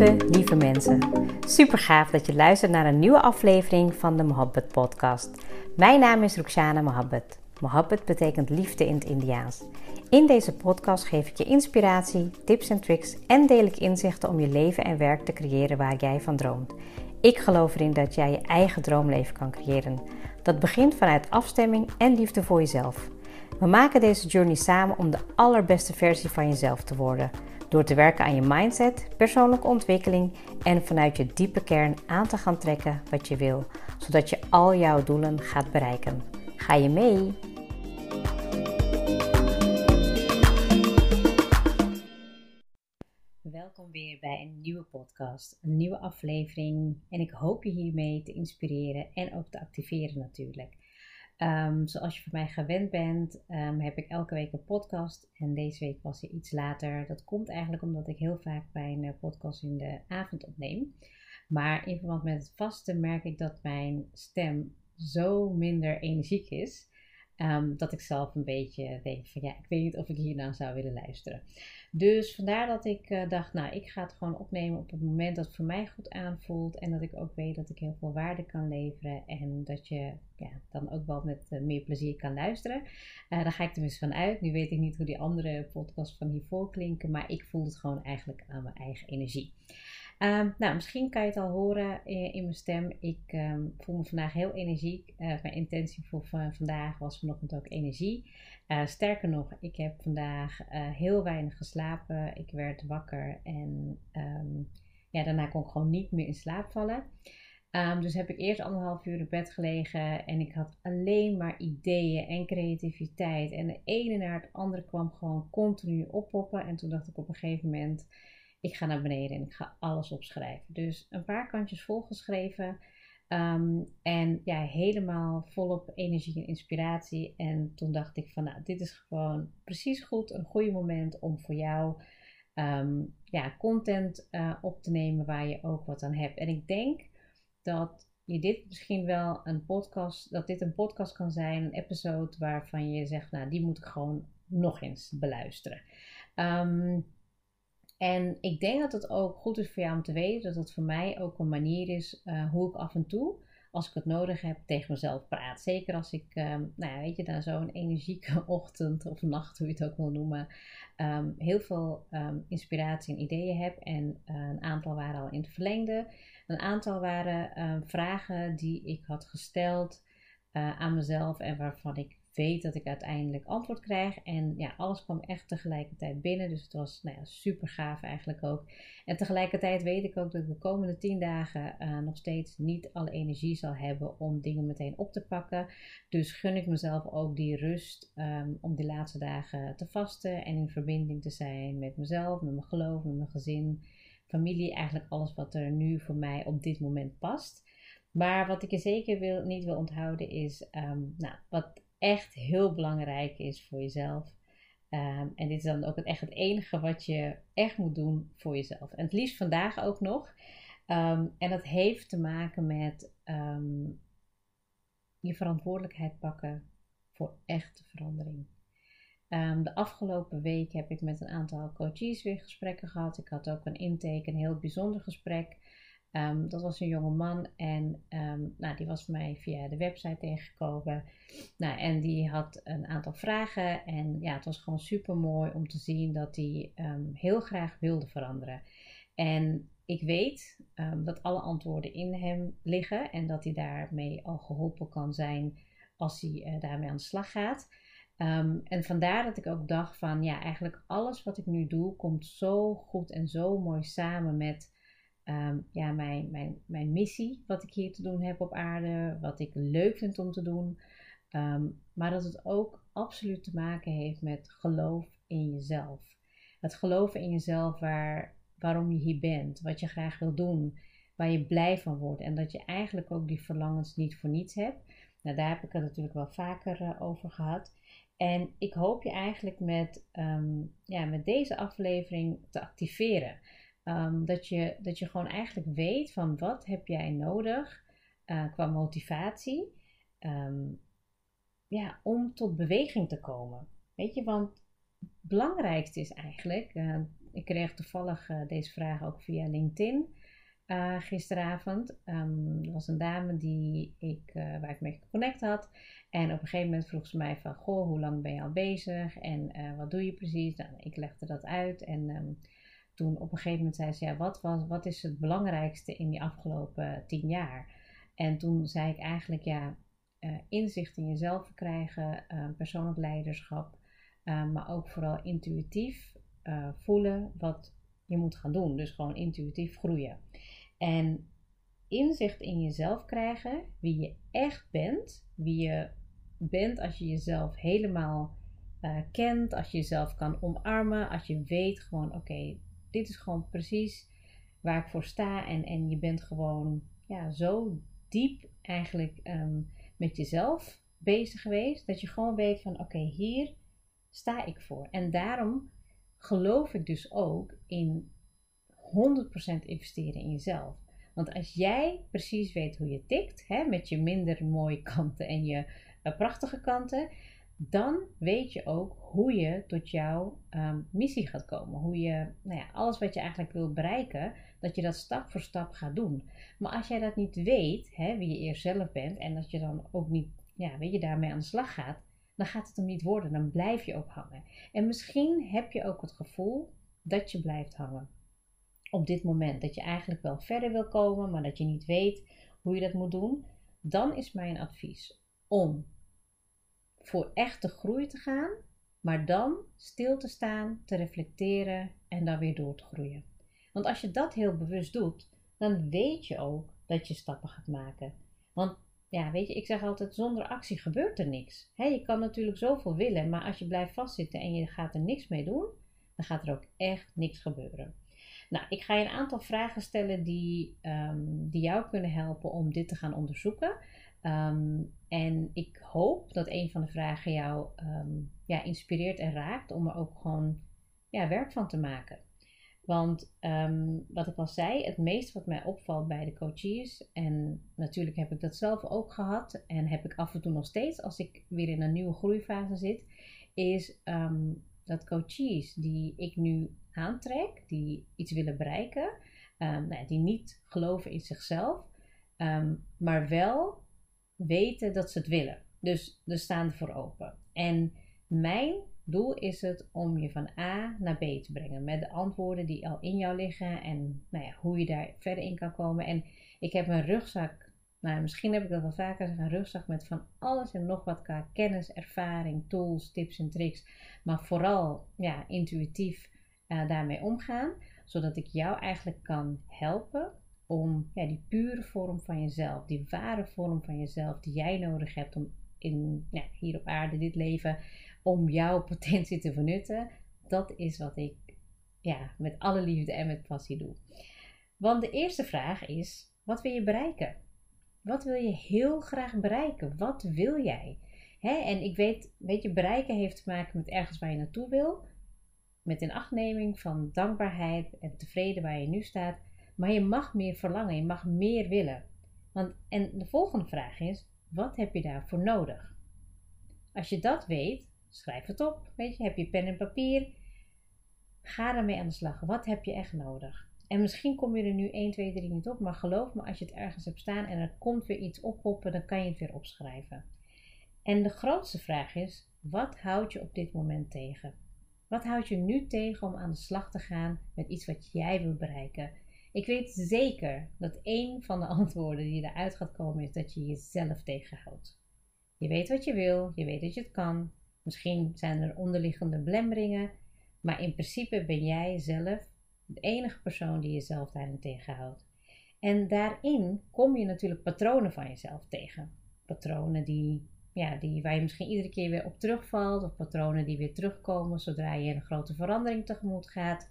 Lieve mensen. Super gaaf dat je luistert naar een nieuwe aflevering van de Mohabbat podcast. Mijn naam is Rukhsana Mohabbat. Mohabbat betekent liefde in het Indiaans. In deze podcast geef ik je inspiratie, tips en tricks en deel ik inzichten om je leven en werk te creëren waar jij van droomt. Ik geloof erin dat jij je eigen droomleven kan creëren. Dat begint vanuit afstemming en liefde voor jezelf. We maken deze journey samen om de allerbeste versie van jezelf te worden. Door te werken aan je mindset, persoonlijke ontwikkeling en vanuit je diepe kern aan te gaan trekken wat je wil. Zodat je al jouw doelen gaat bereiken. Ga je mee? Welkom weer bij een nieuwe podcast, een nieuwe aflevering. En ik hoop je hiermee te inspireren en ook te activeren natuurlijk. Zoals je van mij gewend bent, heb ik elke week een podcast en deze week was hij iets later. Dat komt eigenlijk omdat ik heel vaak mijn podcast in de avond opneem. Maar in verband met het vasten merk ik dat mijn stem zo minder energiek is, dat ik zelf een beetje denk van ja, ik weet niet of ik hier nou zou willen luisteren. Dus vandaar dat ik dacht, nou ik ga het gewoon opnemen op het moment dat het voor mij goed aanvoelt. En dat ik ook weet dat ik heel veel waarde kan leveren. En dat je dan ook wel met meer plezier kan luisteren. Daar ga ik tenminste van uit. Nu weet ik niet hoe die andere podcasts van hiervoor klinken. Maar ik voel het gewoon eigenlijk aan mijn eigen energie. Misschien kan je het al horen in mijn stem. Ik voel me vandaag heel energiek. Mijn intentie voor vandaag was vanochtend ook energie. Sterker nog, ik heb vandaag heel weinig geslapen. Ik werd wakker en daarna kon ik gewoon niet meer in slaap vallen. Dus heb ik eerst 1,5 uur in bed gelegen en ik had alleen maar ideeën en creativiteit. En de ene naar het andere kwam gewoon continu oppoppen. En toen dacht ik op een gegeven moment, ik ga naar beneden en ik ga alles opschrijven. Dus een paar kantjes volgeschreven. En helemaal volop energie en inspiratie. En toen dacht ik van, nou, dit is gewoon precies goed. Een goede moment om voor jou content op te nemen waar je ook wat aan hebt. En ik denk dat je dit misschien wel dit een podcast kan zijn. Een episode waarvan je zegt, nou, die moet ik gewoon nog eens beluisteren. En ik denk dat het ook goed is voor jou om te weten dat het voor mij ook een manier is hoe ik af en toe, als ik het nodig heb, tegen mezelf praat. Zeker als ik, na zo'n energieke ochtend of nacht, hoe je het ook wil noemen, heel veel inspiratie en ideeën heb. En een aantal waren al in het verlengde. Een aantal waren vragen die ik had gesteld aan mezelf en waarvan ik weet dat ik uiteindelijk antwoord krijg. En ja, alles kwam echt tegelijkertijd binnen. Dus het was super gaaf eigenlijk ook. En tegelijkertijd weet ik ook dat ik de komende 10 dagen nog steeds niet alle energie zal hebben om dingen meteen op te pakken. Dus gun ik mezelf ook die rust om die laatste dagen te vasten en in verbinding te zijn met mezelf, met mijn geloof, met mijn gezin, familie. Eigenlijk alles wat er nu voor mij op dit moment past. Maar wat ik je zeker niet wil onthouden is wat echt heel belangrijk is voor jezelf. En dit is dan ook echt het enige wat je echt moet doen voor jezelf. En het liefst vandaag ook nog. En dat heeft te maken met je verantwoordelijkheid pakken voor echte verandering. De afgelopen week heb ik met een aantal coaches weer gesprekken gehad. Ik had ook een intake, een heel bijzonder gesprek. Dat was een jonge man en die was mij via de website tegengekomen. En die had een aantal vragen en ja, het was gewoon super mooi om te zien dat hij heel graag wilde veranderen. En ik weet dat alle antwoorden in hem liggen en dat hij daarmee al geholpen kan zijn als hij daarmee aan de slag gaat. En vandaar dat ik ook dacht van ja, eigenlijk alles wat ik nu doe komt zo goed en zo mooi samen met mijn missie, wat ik hier te doen heb op aarde, wat ik leuk vind om te doen. Maar dat het ook absoluut te maken heeft met geloof in jezelf. Het geloven in jezelf waarom je hier bent, wat je graag wil doen, waar je blij van wordt. En dat je eigenlijk ook die verlangens niet voor niets hebt. Nou, daar heb ik het natuurlijk wel vaker over gehad. En ik hoop je eigenlijk met deze aflevering te activeren. Dat je gewoon eigenlijk weet van wat heb jij nodig qua motivatie om tot beweging te komen. Weet je, want het belangrijkste is eigenlijk, Ik kreeg toevallig deze vraag ook via LinkedIn gisteravond. Er was een dame waar ik mee geconnect had. En op een gegeven moment vroeg ze mij van, goh, hoe lang ben je al bezig? En wat doe je precies? Nou, ik legde dat uit. En toen op een gegeven moment zei ze, ja, wat is het belangrijkste in die afgelopen 10 jaar? En toen zei ik eigenlijk, ja, inzicht in jezelf verkrijgen, persoonlijk leiderschap, maar ook vooral intuïtief voelen wat je moet gaan doen. Dus gewoon intuïtief groeien. En inzicht in jezelf krijgen, wie je echt bent, wie je bent als je jezelf helemaal kent, als je jezelf kan omarmen, als je weet gewoon, oké, dit is gewoon precies waar ik voor sta en je bent gewoon zo diep eigenlijk met jezelf bezig geweest, dat je gewoon weet van oké, hier sta ik voor. En daarom geloof ik dus ook in 100% investeren in jezelf. Want als jij precies weet hoe je tikt, met je minder mooie kanten en je prachtige kanten, dan weet je ook hoe je tot jouw missie gaat komen. Hoe je alles wat je eigenlijk wil bereiken, dat je dat stap voor stap gaat doen. Maar als jij dat niet weet, wie je eerst zelf bent, en dat je dan ook niet daarmee aan de slag gaat, dan gaat het hem niet worden. Dan blijf je ook hangen. En misschien heb je ook het gevoel dat je blijft hangen. Op dit moment, dat je eigenlijk wel verder wil komen, maar dat je niet weet hoe je dat moet doen. Dan is mijn advies om voor echte groei te gaan, maar dan stil te staan, te reflecteren en dan weer door te groeien. Want als je dat heel bewust doet, dan weet je ook dat je stappen gaat maken. Want weet je, ik zeg altijd, zonder actie gebeurt er niks. Je kan natuurlijk zoveel willen, maar als je blijft vastzitten en je gaat er niks mee doen, dan gaat er ook echt niks gebeuren. Nou, ik ga je een aantal vragen stellen die jou kunnen helpen om dit te gaan onderzoeken. En ik hoop dat een van de vragen jou inspireert en raakt om er ook gewoon werk van te maken. Want wat ik al zei, het meeste wat mij opvalt bij de coaches, en natuurlijk heb ik dat zelf ook gehad en heb ik af en toe nog steeds als ik weer in een nieuwe groeifase zit, is dat coaches die ik nu aantrek, die iets willen bereiken, die niet geloven in zichzelf, maar wel weten dat ze het willen. Dus staan ervoor open. En mijn doel is het om je van A naar B te brengen met de antwoorden die al in jou liggen en hoe je daar verder in kan komen. En ik heb een rugzak, misschien heb ik dat wel vaker gezegd, een rugzak met van alles en nog wat qua kennis, ervaring, tools, tips en tricks. Maar vooral intuïtief daarmee omgaan, zodat ik jou eigenlijk kan helpen om die pure vorm van jezelf, die ware vorm van jezelf die jij nodig hebt om hier op aarde, dit leven, om jouw potentie te vernutten. Dat is wat ik met alle liefde en met passie doe. Want de eerste vraag is, wat wil je bereiken? Wat wil je heel graag bereiken? Wat wil jij? En ik weet je, bereiken heeft te maken met ergens waar je naartoe wil. Met inachtneming van dankbaarheid en tevreden waar je nu staat. Maar je mag meer verlangen, je mag meer willen. En de volgende vraag is, wat heb je daarvoor nodig? Als je dat weet, schrijf het op. Weet je, heb je pen en papier? Ga ermee aan de slag. Wat heb je echt nodig? En misschien kom je er nu 1, 2, 3 niet op, maar geloof me, als je het ergens hebt staan en er komt weer iets oppoppen, dan kan je het weer opschrijven. En de grootste vraag is, wat houdt je op dit moment tegen? Wat houdt je nu tegen om aan de slag te gaan met iets wat jij wil bereiken? Ik weet zeker dat één van de antwoorden die eruit gaat komen is dat je jezelf tegenhoudt. Je weet wat je wil, je weet dat je het kan. Misschien zijn er onderliggende belemmeringen, maar in principe ben jij zelf de enige persoon die jezelf daarin tegenhoudt. En daarin kom je natuurlijk patronen van jezelf tegen. Patronen waar je misschien iedere keer weer op terugvalt, of patronen die weer terugkomen zodra je een grote verandering tegemoet gaat.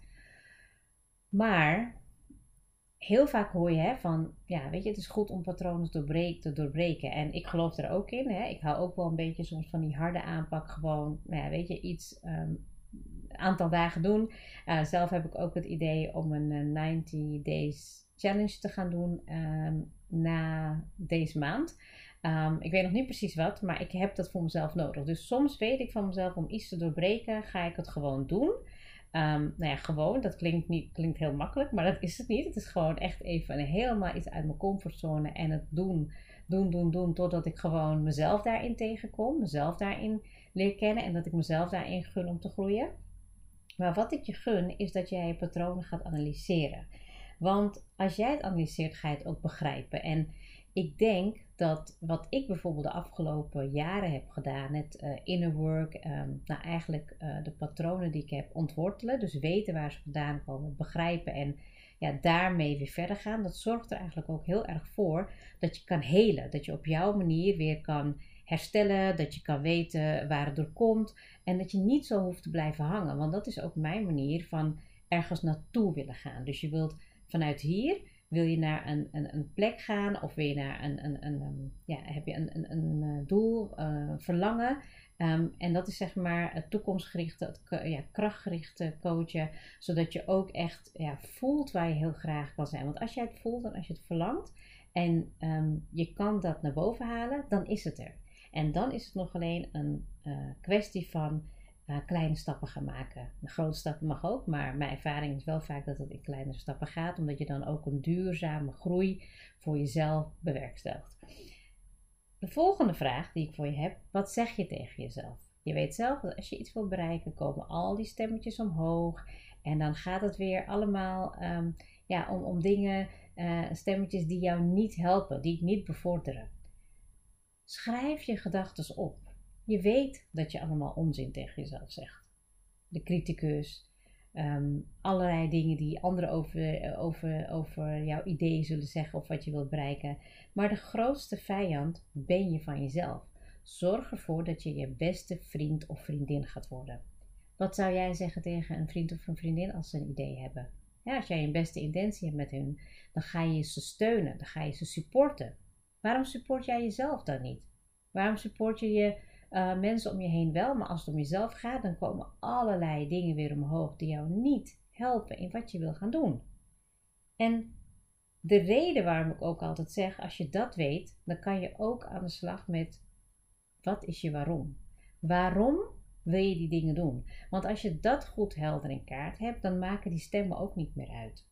Maar heel vaak hoor je van, weet je, het is goed om patronen te doorbreken. En ik geloof er ook in. Ik hou ook wel een beetje soms van die harde aanpak. Gewoon, weet je, iets aantal dagen doen. Zelf heb ik ook het idee om een 90 days challenge te gaan doen na deze maand. Ik weet nog niet precies wat, maar ik heb dat voor mezelf nodig. Dus soms weet ik van mezelf, om iets te doorbreken, ga ik het gewoon doen. Nou ja, gewoon, dat klinkt heel makkelijk, maar dat is het niet. Het is gewoon echt even helemaal iets uit mijn comfortzone en het doen, totdat ik gewoon mezelf daarin tegenkom, mezelf daarin leer kennen en dat ik mezelf daarin gun om te groeien. Maar wat ik je gun, is dat jij je patronen gaat analyseren. Want als jij het analyseert, ga je het ook begrijpen. En ik denk dat wat ik bijvoorbeeld de afgelopen jaren heb gedaan, het inner work, eigenlijk de patronen die ik heb ontwortelen, dus weten waar ze vandaan komen, begrijpen en ja, daarmee weer verder gaan, dat zorgt er eigenlijk ook heel erg voor dat je kan helen. Dat je op jouw manier weer kan herstellen, dat je kan weten waar het door komt en dat je niet zo hoeft te blijven hangen. Want dat is ook mijn manier van ergens naartoe willen gaan. Dus je wilt vanuit hier, wil je naar een plek gaan of wil je naar heb je een doel, verlangen. En dat is zeg maar het toekomstgerichte, krachtgerichte coachen. Zodat je ook echt voelt waar je heel graag kan zijn. Want als jij het voelt en als je het verlangt en je kan dat naar boven halen, dan is het er. En dan is het nog alleen een kwestie van kleine stappen gaan maken. De grote stappen mag ook, maar mijn ervaring is wel vaak dat het in kleine stappen gaat, omdat je dan ook een duurzame groei voor jezelf bewerkstelligt. De volgende vraag die ik voor je heb, wat zeg je tegen jezelf? Je weet zelf dat als je iets wil bereiken, komen al die stemmetjes omhoog en dan gaat het weer allemaal om dingen, stemmetjes die jou niet helpen, die het niet bevorderen. Schrijf je gedachten op. Je weet dat je allemaal onzin tegen jezelf zegt. De criticus, allerlei dingen die anderen over jouw ideeën zullen zeggen of wat je wilt bereiken. Maar de grootste vijand ben je van jezelf. Zorg ervoor dat je je beste vriend of vriendin gaat worden. Wat zou jij zeggen tegen een vriend of een vriendin als ze een idee hebben? Ja, als jij een beste intentie hebt met hun, dan ga je ze steunen, dan ga je ze supporten. Waarom support jij jezelf dan niet? Waarom support je mensen om je heen wel, maar als het om jezelf gaat, dan komen allerlei dingen weer omhoog die jou niet helpen in wat je wil gaan doen. En de reden waarom ik ook altijd zeg, als je dat weet, dan kan je ook aan de slag met wat is je waarom? Waarom wil je die dingen doen? Want als je dat goed helder in kaart hebt, dan maken die stemmen ook niet meer uit.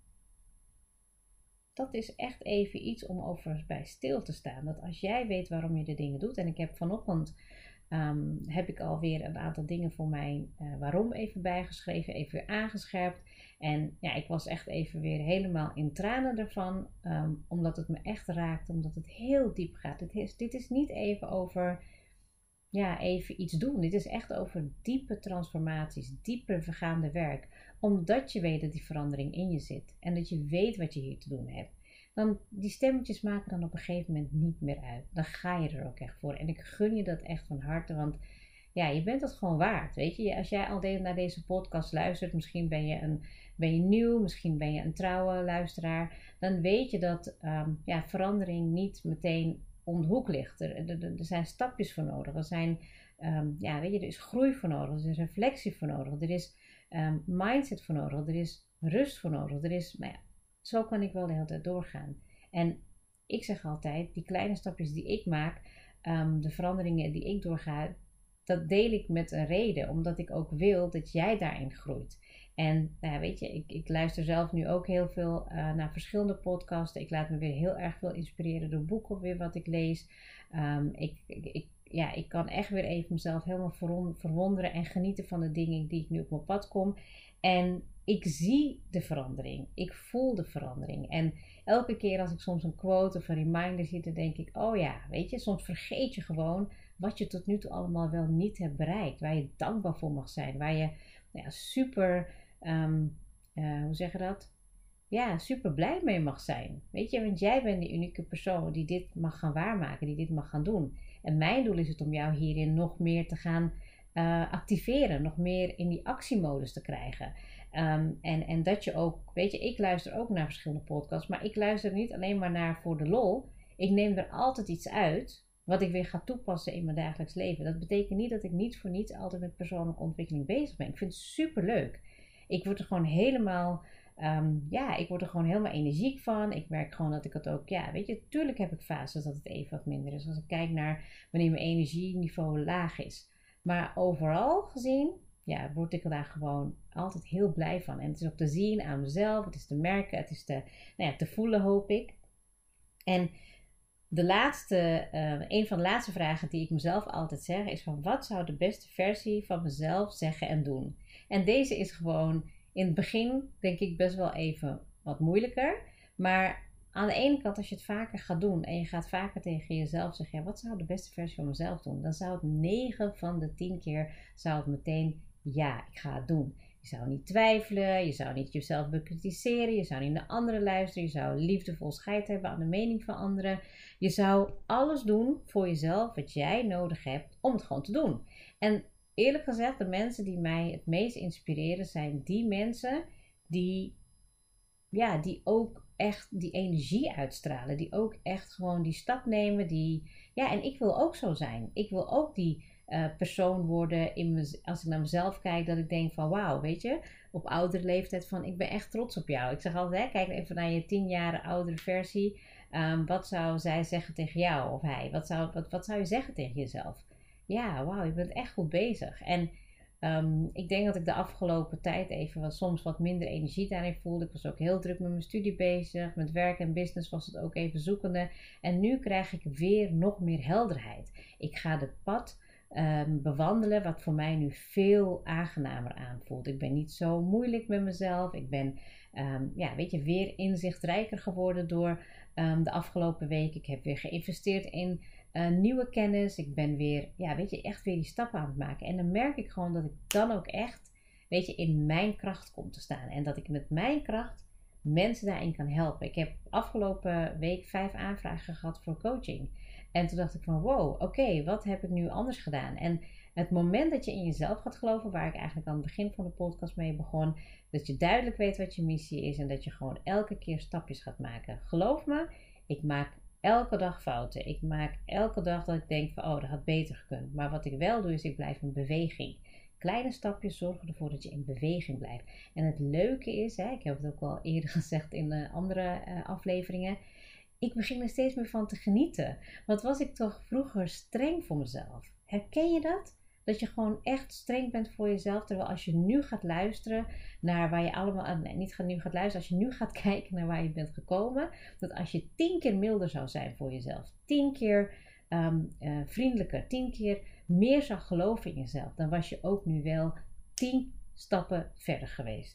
Dat is echt even iets om over bij stil te staan. Dat als jij weet waarom je de dingen doet. En ik heb vanochtend heb ik alweer een aantal dingen voor mij waarom even bijgeschreven. Even weer aangescherpt. En ja, ik was echt even weer helemaal in tranen ervan. Omdat het me echt raakt. Omdat het heel diep gaat. Dit is niet even over even iets doen. Dit is echt over diepe transformaties. Dieper vergaande werk. Omdat je weet dat die verandering in je zit. En dat je weet wat je hier te doen hebt. Dan die stemmetjes maken dan op een gegeven moment niet meer uit. Dan ga je er ook echt voor. En ik gun je dat echt van harte. Want ja, je bent het gewoon waard. Weet je, als jij al naar deze podcast luistert. Misschien ben je nieuw. Misschien ben je een trouwe luisteraar. Dan weet je dat verandering niet meteen om de hoek ligt. Er zijn stapjes voor nodig. Er is groei voor nodig. Er is reflectie voor nodig. Er is mindset voor nodig. Er is rust voor nodig. Zo kan ik wel de hele tijd doorgaan. En ik zeg altijd, die kleine stapjes die ik maak, de veranderingen die ik doorga, dat deel ik met een reden. Omdat ik ook wil dat jij daarin groeit. En weet je, ik luister zelf nu ook heel veel naar verschillende podcasts. Ik laat me weer heel erg veel inspireren door boeken weer wat ik lees. Ik kan echt weer even mezelf helemaal verwonderen en genieten van de dingen die ik nu op mijn pad kom. En ik zie de verandering. Ik voel de verandering. En elke keer als ik soms een quote of een reminder zie, dan denk ik, oh ja, weet je, soms vergeet je gewoon wat je tot nu toe allemaal wel niet hebt bereikt. Waar je dankbaar voor mag zijn. Waar je super, hoe zeg je dat? Ja, super blij mee mag zijn. Weet je, want jij bent de unieke persoon die dit mag gaan waarmaken, die dit mag gaan doen. En mijn doel is het om jou hierin nog meer te gaan activeren, nog meer in die actiemodus te krijgen. En dat je ook, weet je, ik luister ook naar verschillende podcasts, maar ik luister niet alleen maar naar voor de lol. Ik neem er altijd iets uit wat ik weer ga toepassen in mijn dagelijks leven. Dat betekent niet dat ik niet voor niets altijd met persoonlijke ontwikkeling bezig ben. Ik vind het super leuk. Ik word er gewoon helemaal energiek van. Ik merk gewoon dat ik het ook, weet je, tuurlijk heb ik fases dat het even wat minder is. Als ik kijk naar wanneer mijn energieniveau laag is. Maar overal gezien word ik daar gewoon altijd heel blij van. En het is ook te zien aan mezelf, het is te merken, het is te voelen, hoop ik. En een van de laatste vragen die ik mezelf altijd zeg is van wat zou de beste versie van mezelf zeggen en doen? En deze is gewoon in het begin denk ik best wel even wat moeilijker. Maar aan de ene kant als je het vaker gaat doen en je gaat vaker tegen jezelf zeggen wat zou de beste versie van mezelf doen? Dan zou het 9 van de 10 keer zou het meteen ja, ik ga het doen. Je zou niet twijfelen, je zou niet jezelf bekritiseren, je zou niet naar anderen luisteren, je zou liefdevol scheid hebben aan de mening van anderen. Je zou alles doen voor jezelf wat jij nodig hebt om het gewoon te doen. En eerlijk gezegd, de mensen die mij het meest inspireren zijn die mensen die ook echt die energie uitstralen. Die ook echt gewoon die stap nemen. En ik wil ook zo zijn. Ik wil ook die persoon worden als ik naar mezelf kijk. Dat ik denk van wauw, weet je. Op oudere leeftijd van ik ben echt trots op jou. Ik zeg altijd, kijk even naar je 10 jaar oudere versie. Wat zou zij zeggen tegen jou of hij? Wat zou je zeggen tegen jezelf? Ja, wauw, je bent echt goed bezig. En ik denk dat ik de afgelopen tijd even soms wat minder energie daarin voelde. Ik was ook heel druk met mijn studie bezig. Met werk en business was het ook even zoekende. En nu krijg ik weer nog meer helderheid. Ik ga de pad bewandelen wat voor mij nu veel aangenamer aanvoelt. Ik ben niet zo moeilijk met mezelf. Ik ben weer inzichtrijker geworden door de afgelopen week. Ik heb weer geïnvesteerd in nieuwe kennis. Ik ben weer, echt weer die stappen aan het maken. En dan merk ik gewoon dat ik dan ook echt, in mijn kracht kom te staan. En dat ik met mijn kracht mensen daarin kan helpen. Ik heb afgelopen week 5 aanvragen gehad voor coaching. En toen dacht ik van wow, oké, wat heb ik nu anders gedaan? En het moment dat je in jezelf gaat geloven, waar ik eigenlijk aan het begin van de podcast mee begon, dat je duidelijk weet wat je missie is en dat je gewoon elke keer stapjes gaat maken. Geloof me, ik maak elke dag fouten. Ik maak elke dag dat ik denk van dat had beter gekund. Maar wat ik wel doe is ik blijf in beweging. Kleine stapjes zorgen ervoor dat je in beweging blijft. En het leuke is, ik heb het ook al eerder gezegd in andere afleveringen. Ik begin er steeds meer van te genieten. Wat was ik toch vroeger streng voor mezelf? Herken je dat? Dat je gewoon echt streng bent voor jezelf. Terwijl als je nu gaat luisteren naar waar je allemaal... niet nu gaat luisteren. Als je nu gaat kijken naar waar je bent gekomen. Dat als je 10 keer milder zou zijn voor jezelf. 10 keer vriendelijker. 10 keer meer zou geloven in jezelf. Dan was je ook nu wel 10 stappen verder geweest.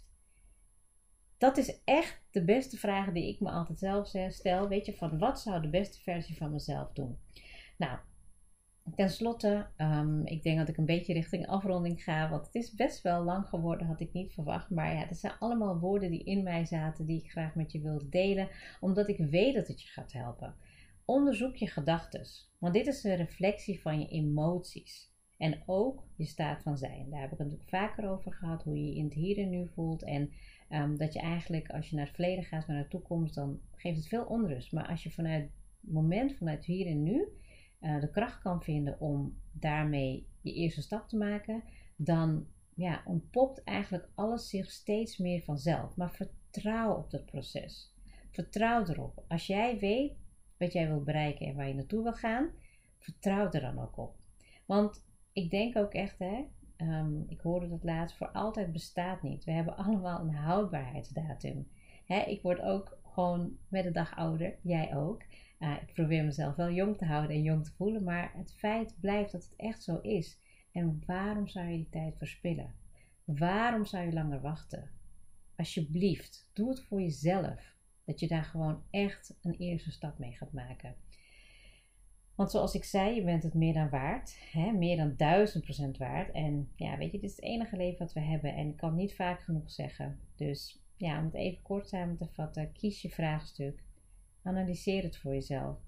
Dat is echt de beste vraag die ik me altijd zelf stel. Weet je, van wat zou de beste versie van mezelf doen? Nou, ten slotte, ik denk dat ik een beetje richting afronding ga. Want het is best wel lang geworden, had ik niet verwacht. Maar ja, dat zijn allemaal woorden die in mij zaten, die ik graag met je wilde delen. Omdat ik weet dat het je gaat helpen. Onderzoek je gedachten. Want dit is een reflectie van je emoties. En ook je staat van zijn. Daar heb ik het natuurlijk vaker over gehad. Hoe je je in het hier en nu voelt. En dat je eigenlijk, als je naar het verleden gaat, naar de toekomst, dan geeft het veel onrust. Maar als je vanuit het moment, vanuit hier en nu, de kracht kan vinden om daarmee je eerste stap te maken, dan ontpopt eigenlijk alles zich steeds meer vanzelf. Maar vertrouw op dat proces. Vertrouw erop. Als jij weet wat jij wil bereiken en waar je naartoe wil gaan, vertrouw er dan ook op. Want ik denk ook echt, ik hoorde dat laatst, voor altijd bestaat niet. We hebben allemaal een houdbaarheidsdatum. Ik word ook gewoon met de dag ouder, jij ook. Ik probeer mezelf wel jong te houden en jong te voelen, maar het feit blijft dat het echt zo is. En waarom zou je die tijd verspillen? Waarom zou je langer wachten? Alsjeblieft, doe het voor jezelf. Dat je daar gewoon echt een eerste stap mee gaat maken. Want zoals ik zei, je bent het meer dan waard. Meer dan 1000% waard. En dit is het enige leven wat we hebben. En ik kan niet vaak genoeg zeggen. Dus om het even kort samen te vatten. Kies je vraagstuk. Analyseer het voor jezelf.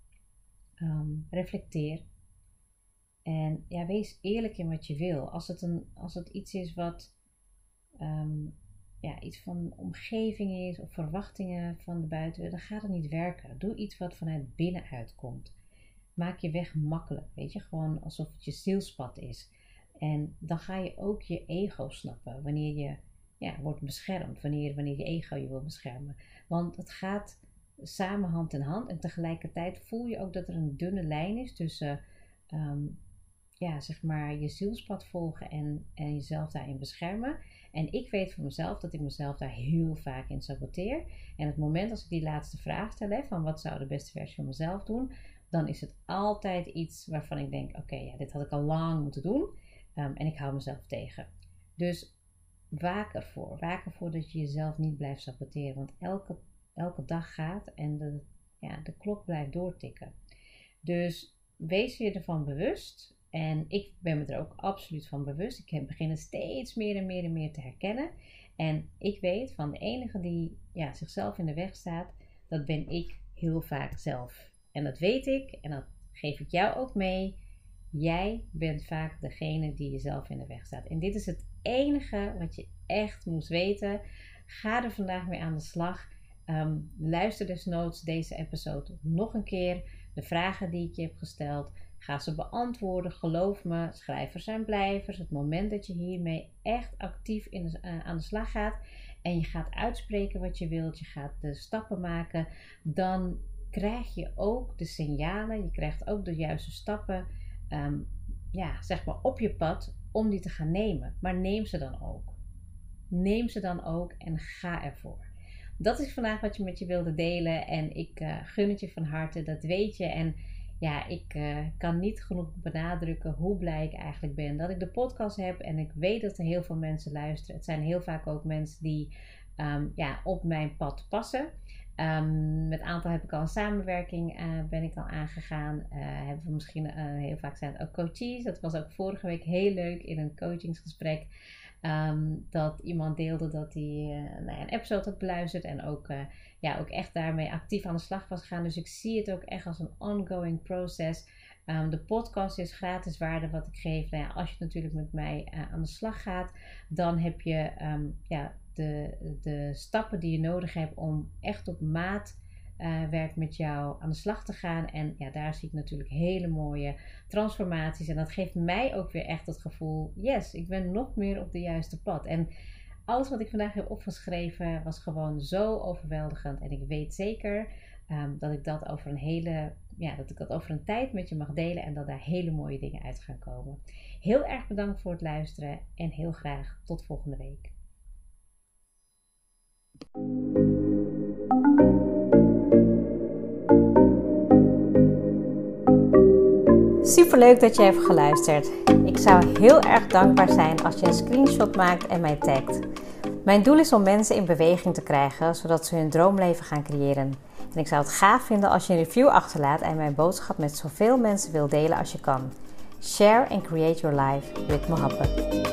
Reflecteer. En wees eerlijk in wat je wil. Als het iets is wat iets van omgeving is. Of verwachtingen van de buiten. Dan gaat het niet werken. Doe iets wat vanuit binnenuit komt. Maak je weg makkelijk, weet je, gewoon alsof het je zielspad is. En dan ga je ook je ego snappen, wanneer je wordt beschermd, wanneer je ego je wil beschermen. Want het gaat samen hand in hand en tegelijkertijd voel je ook dat er een dunne lijn is tussen zeg maar je zielspad volgen en jezelf daarin beschermen. En ik weet voor mezelf dat ik mezelf daar heel vaak in saboteer. En het moment als ik die laatste vraag stel, van wat zou de beste versie van mezelf doen, dan is het altijd iets waarvan ik denk, oké, dit had ik al lang moeten doen. En ik hou mezelf tegen. Dus waak ervoor dat je jezelf niet blijft saboteren. Want elke dag gaat en de klok blijft doortikken. Dus wees je ervan bewust. En ik ben me er ook absoluut van bewust. Ik begin het steeds meer en meer te herkennen. En ik weet van de enige die zichzelf in de weg staat, dat ben ik heel vaak zelf. En dat weet ik en dat geef ik jou ook mee. Jij bent vaak degene die jezelf in de weg staat. En dit is het enige wat je echt moest weten. Ga er vandaag mee aan de slag. Luister desnoods deze episode nog een keer. De vragen die ik je heb gesteld, ga ze beantwoorden. Geloof me, schrijvers zijn blijvers. Het moment dat je hiermee echt actief aan de slag gaat en je gaat uitspreken wat je wilt, je gaat de stappen maken, dan krijg je ook de signalen, je krijgt ook de juiste stappen zeg maar op je pad om die te gaan nemen. Maar neem ze dan ook. Neem ze dan ook en ga ervoor. Dat is vandaag wat je met je wilde delen en ik gun het je van harte, dat weet je. En ik kan niet genoeg benadrukken hoe blij ik eigenlijk ben dat ik de podcast heb en ik weet dat er heel veel mensen luisteren. Het zijn heel vaak ook mensen die op mijn pad passen. Met een aantal heb ik al een samenwerking ben ik al aangegaan. Hebben we misschien heel vaak zijn het ook coaches. Dat was ook vorige week heel leuk in een coachingsgesprek. Dat iemand deelde dat hij een episode had beluisterd en ook echt daarmee actief aan de slag was gegaan. Dus ik zie het ook echt als een ongoing process. De podcast is gratis waarde wat ik geef. Als je natuurlijk met mij aan de slag gaat, dan heb je de stappen die je nodig hebt om echt op maat werk met jou aan de slag te gaan. En daar zie ik natuurlijk hele mooie transformaties. En dat geeft mij ook weer echt het gevoel, yes, ik ben nog meer op de juiste pad. En alles wat ik vandaag heb opgeschreven was gewoon zo overweldigend. En ik weet zeker dat ik dat over een tijd met je mag delen. En dat daar hele mooie dingen uit gaan komen. Heel erg bedankt voor het luisteren. En heel graag tot volgende week. Superleuk dat je hebt geluisterd. Ik zou heel erg dankbaar zijn als je een screenshot maakt en mij tagt. Mijn doel is om mensen in beweging te krijgen, zodat ze hun droomleven gaan creëren. En ik zou het gaaf vinden als je een review achterlaat en mijn boodschap met zoveel mensen wil delen als je kan. Share and create your life with Mohabbat.